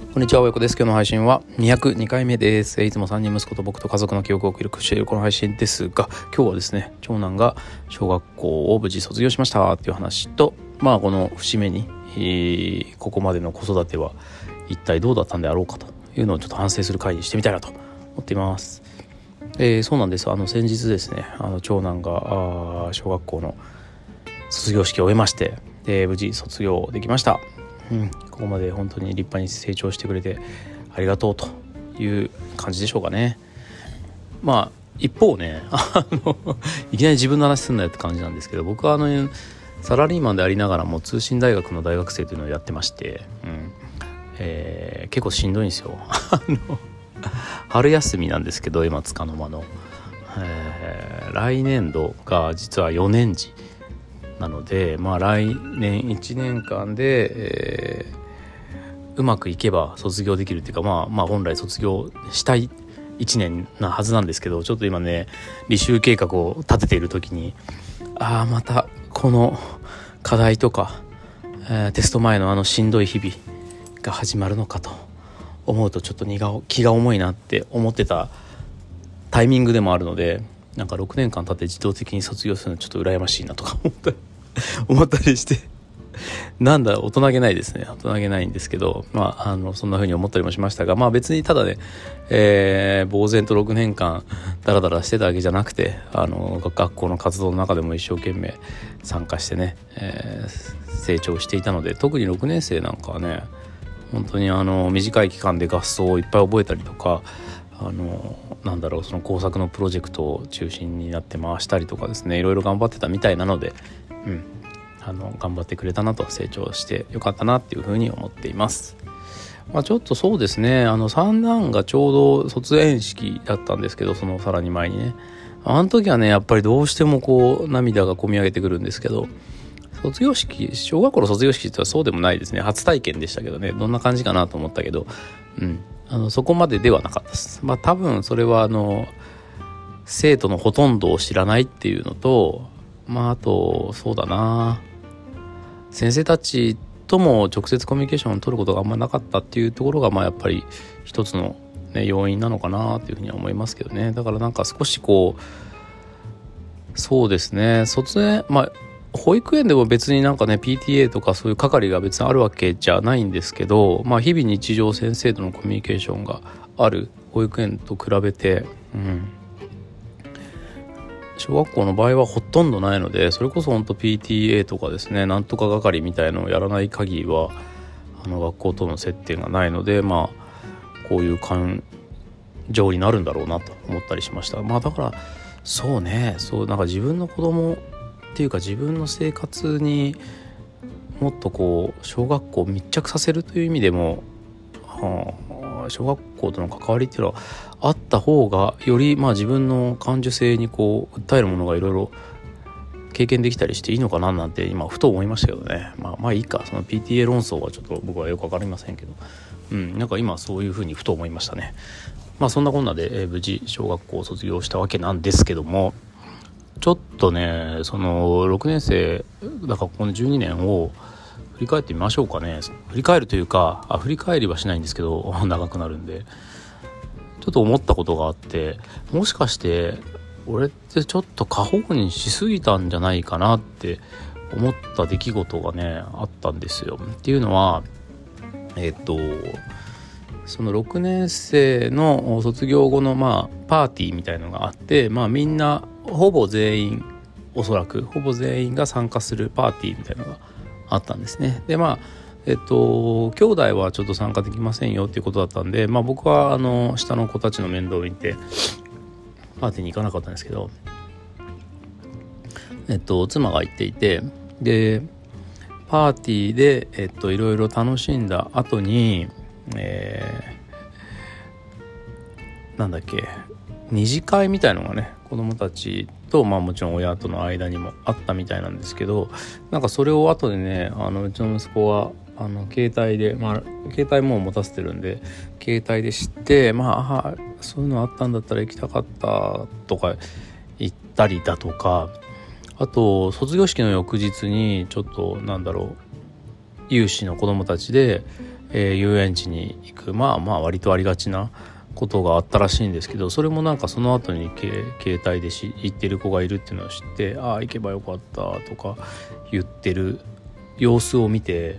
こんにちは、親子です。今日の配信は202回目です。いつも3人息子と僕と家族の記憶を記録しているこの配信ですが、今日はですね、長男が小学校を無事卒業しましたっていう話と、この節目に、ここまでの子育ては一体どうだったんであろうかというのをちょっと反省する会にしてみたいなと思っています。そうなんです。先日ですね、長男が小学校の卒業式を終えまして、無事卒業できました。ここまで本当に立派に成長してくれてありがとうという感じでしょうかね。一方ねいきなり自分の話すんなよって感じなんですけど、僕はサラリーマンでありながらも通信大学の大学生というのをやってまして、結構しんどいんですよ春休みなんですけど、今束の間の、来年度が実は4年次なので、来年1年間で、うまくいけば卒業できるっていうか、本来卒業したい1年なはずなんですけど、ちょっと今ね履修計画を立てている時にまたこの課題とか、テスト前のしんどい日々が始まるのかと思うと、ちょっと気が重いなって思ってたタイミングでもあるので、なんか6年間経って自動的に卒業するのちょっと羨ましいなとか思ったりして、大人げないですね。大人げないんですけど、そんな風に思ったりもしましたが、別にただね、呆然と6年間ダラダラしてたわけじゃなくて、学校の活動の中でも一生懸命参加してね、成長していたので、特に6年生なんかはね、本当に短い期間で合奏をいっぱい覚えたりとか、その工作のプロジェクトを中心になって回したりとかですね、いろいろ頑張ってたみたいなので、頑張ってくれたなと、成長してよかったなっていうふうに思っています。ちょっとそうですね、三男がちょうど卒園式だったんですけど、そのさらに前にね、あの時はねやっぱりどうしても涙がこみ上げてくるんですけど、小学校の卒業式ってそうでもないですね。初体験でしたけどね、どんな感じかなと思ったけど、そこまでではなかったです。多分それは生徒のほとんどを知らないっていうのと、あとそうだな、先生たちとも直接コミュニケーションを取ることがあんまなかったっていうところが、やっぱり一つの、要因なのかなっていうふうには思いますけどね。だから少しそうですね、卒園、保育園でも別にPTA とかそういう係が別にあるわけじゃないんですけど、日々日常先生とのコミュニケーションがある保育園と比べて、小学校の場合はほとんどないので、それこそ本当 PTA とかですね、なんとか係みたいのをやらない限りは学校との接点がないので、こういう感情になるんだろうなと思ったりしました。だからそうね、自分の子供っていうか自分の生活にもっと小学校を密着させるという意味でも、小学校との関わりっていうのはあった方がより自分の感受性に訴えるものがいろいろ経験できたりしていいのかななんて今ふと思いましたけどね。いいか、その PTA 論争はちょっと僕はよくわかりませんけど、今そういうふうにふと思いましたね。そんなこんなで、無事小学校を卒業したわけなんですけども、ちょっとね、その6年生だからこの12年を振り返ってみましょうかね。振り返るというか、振り返りはしないんですけど長くなるんで、ちょっと思ったことがあって、もしかして俺ってちょっと過保護にしすぎたんじゃないかなって思った出来事がねあったんですよ。っていうのはその6年生の卒業後のパーティーみたいのがあって、みんなおそらくほぼ全員が参加するパーティーみたいなのがあったんですね。で兄弟はちょっと参加できませんよっていうことだったんで、僕は下の子たちの面倒を見てパーティーに行かなかったんですけど、妻が行っていて、でパーティーでいろいろ楽しんだ後に、二次会みたいのがね、子供たちともちろん親との間にもあったみたいなんですけど、それを後でね、うちの息子は携帯で、携帯もう持たせてるんで携帯で知って、そういうのあったんだったら行きたかったとか言ったりだとか、あと卒業式の翌日にちょっと有志の子供たちで遊園地に行くまあ割とありがちなことがあったらしいんですけど、それもなんかその後に携帯で行ってる子がいるっていうのを知って、ああ行けばよかったとか言ってる様子を見て、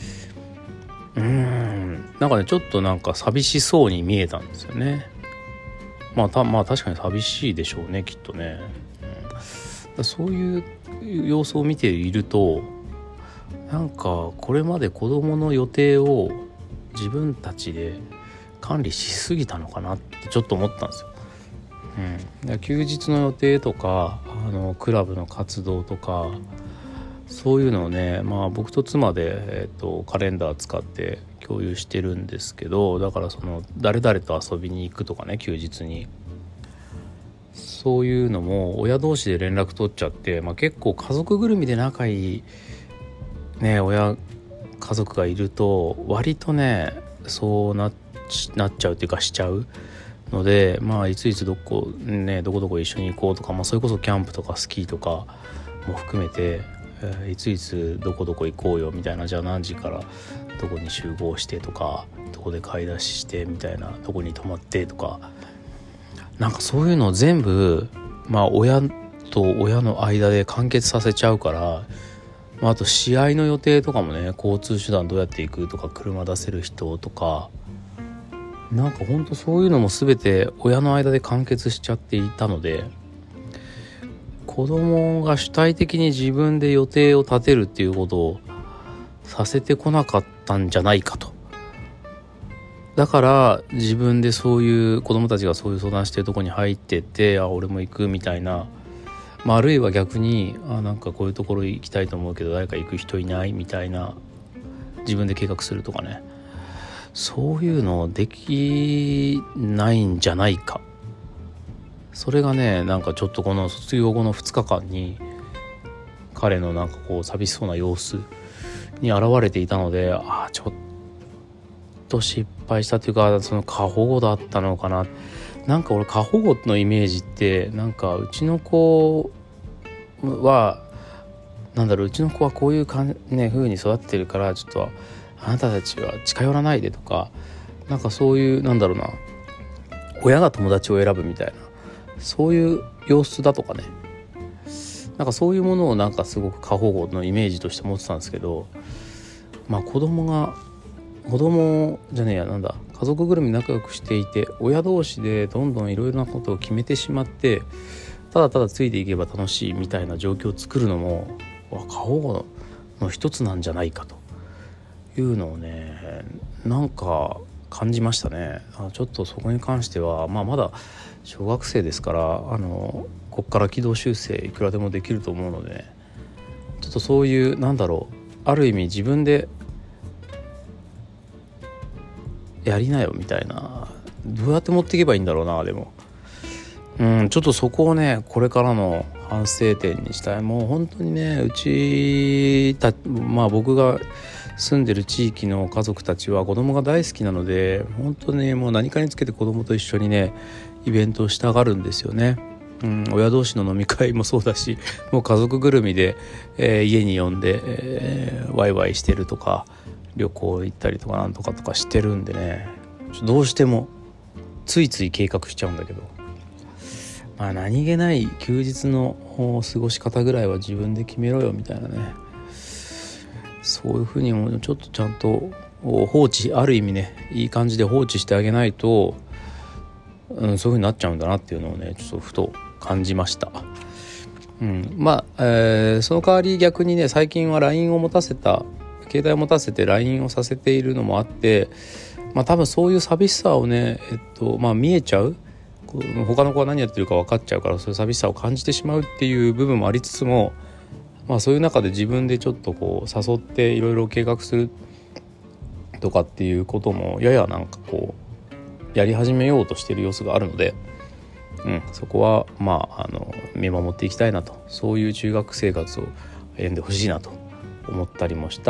なんかねちょっとなんか寂しそうに見えたんですよね。まあ確かに寂しいでしょうね、きっとね。そういう様子を見ていると、なんかこれまで子供の予定を自分たちで管理しすぎたのかなってちょっと思ったんですよ。休日の予定とかクラブの活動とかそういうのをね、僕と妻で、カレンダー使って共有してるんですけど、だからその誰々と遊びに行くとかね、休日にそういうのも親同士で連絡取っちゃって、結構家族ぐるみで仲いいね家族がいると割とねそうなっちゃうっていうかしちゃうので、いついつどこ一緒に行こうとか、それこそキャンプとかスキーとかも含めて、いついつどこ行こうよみたいな、じゃあ何時からどこに集合してとか、どこで買い出ししてみたいな、どこに泊まってとか、なんかそういうのを全部親と親の間で完結させちゃうから、あと試合の予定とかもね、交通手段どうやって行くとか、車出せる人とか、なんかほんとそういうのも全て親の間で完結しちゃっていたので、子供が主体的に自分で予定を立てるっていうことをさせてこなかったんじゃないかと。だから自分でそういう子供たちがそういう相談してるとこに入ってって、俺も行くみたいな、あるいは逆になんかこういうところ行きたいと思うけど誰か行く人いないみたいな、自分で計画するとかね、そういうのできないんじゃないか。それがね、なんかちょっとこの卒業後の2日間に彼のなんかこう寂しそうな様子に現れていたので、ちょっと失敗したというか、その過保護だったのかな。なんか俺過保護のイメージって、なんかうちの子はうちの子はこういう風に育ってるから、ちょっとあなたたちは近寄らないでとか、なんかそういう親が友達を選ぶみたいな、そういう様子だとかね、なんかそういうものをなんかすごく過保護のイメージとして持ってたんですけど、家族ぐるみ仲良くしていて、親同士でどんどんいろいろなことを決めてしまって、ただただついていけば楽しいみたいな状況を作るのも過保護の一つなんじゃないかというのをね、なんか感じましたね。ちょっとそこに関しては、まだ小学生ですから、こっから軌道修正いくらでもできると思うのでね、ちょっとそういうある意味自分でやりなよみたいな、どうやって持っていけばいいんだろうな。でもちょっとそこをね、これからの反省点にしたい。もう本当にね、僕が住んでる地域の家族たちは子供が大好きなので、本当ね、もう何かにつけて子供と一緒にねイベントをしたがるんですよね。親同士の飲み会もそうだし、もう家族ぐるみで、家に呼んで、ワイワイしてるとか、旅行行ったりとかなんとかとかしてるんでね、どうしてもついつい計画しちゃうんだけど、何気ない休日の過ごし方ぐらいは自分で決めろよみたいなね、そういうふうにもちょっとちゃんとある意味ね、いい感じで放置してあげないと、そういうふうになっちゃうんだなっていうのをね、ちょっとふと感じました。その代わり逆にね、最近は LINE を携帯を持たせて LINE をさせているのもあって、多分そういう寂しさをね、見えちゃう、他の子は何やってるか分かっちゃうから、そういう寂しさを感じてしまうっていう部分もありつつも、そういう中で自分でちょっとこう誘っていろいろ計画するとかっていうこともやややり始めようとしている様子があるので、そこは見守っていきたいなと、そういう中学生活を歩んでほしいなと思ったりもした。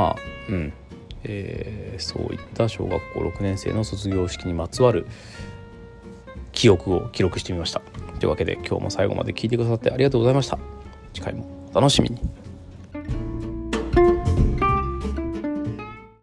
そういった小学校6年生の卒業式にまつわる記憶を記録してみました。というわけで今日も最後まで聞いてくださってありがとうございました。次回もお楽しみに。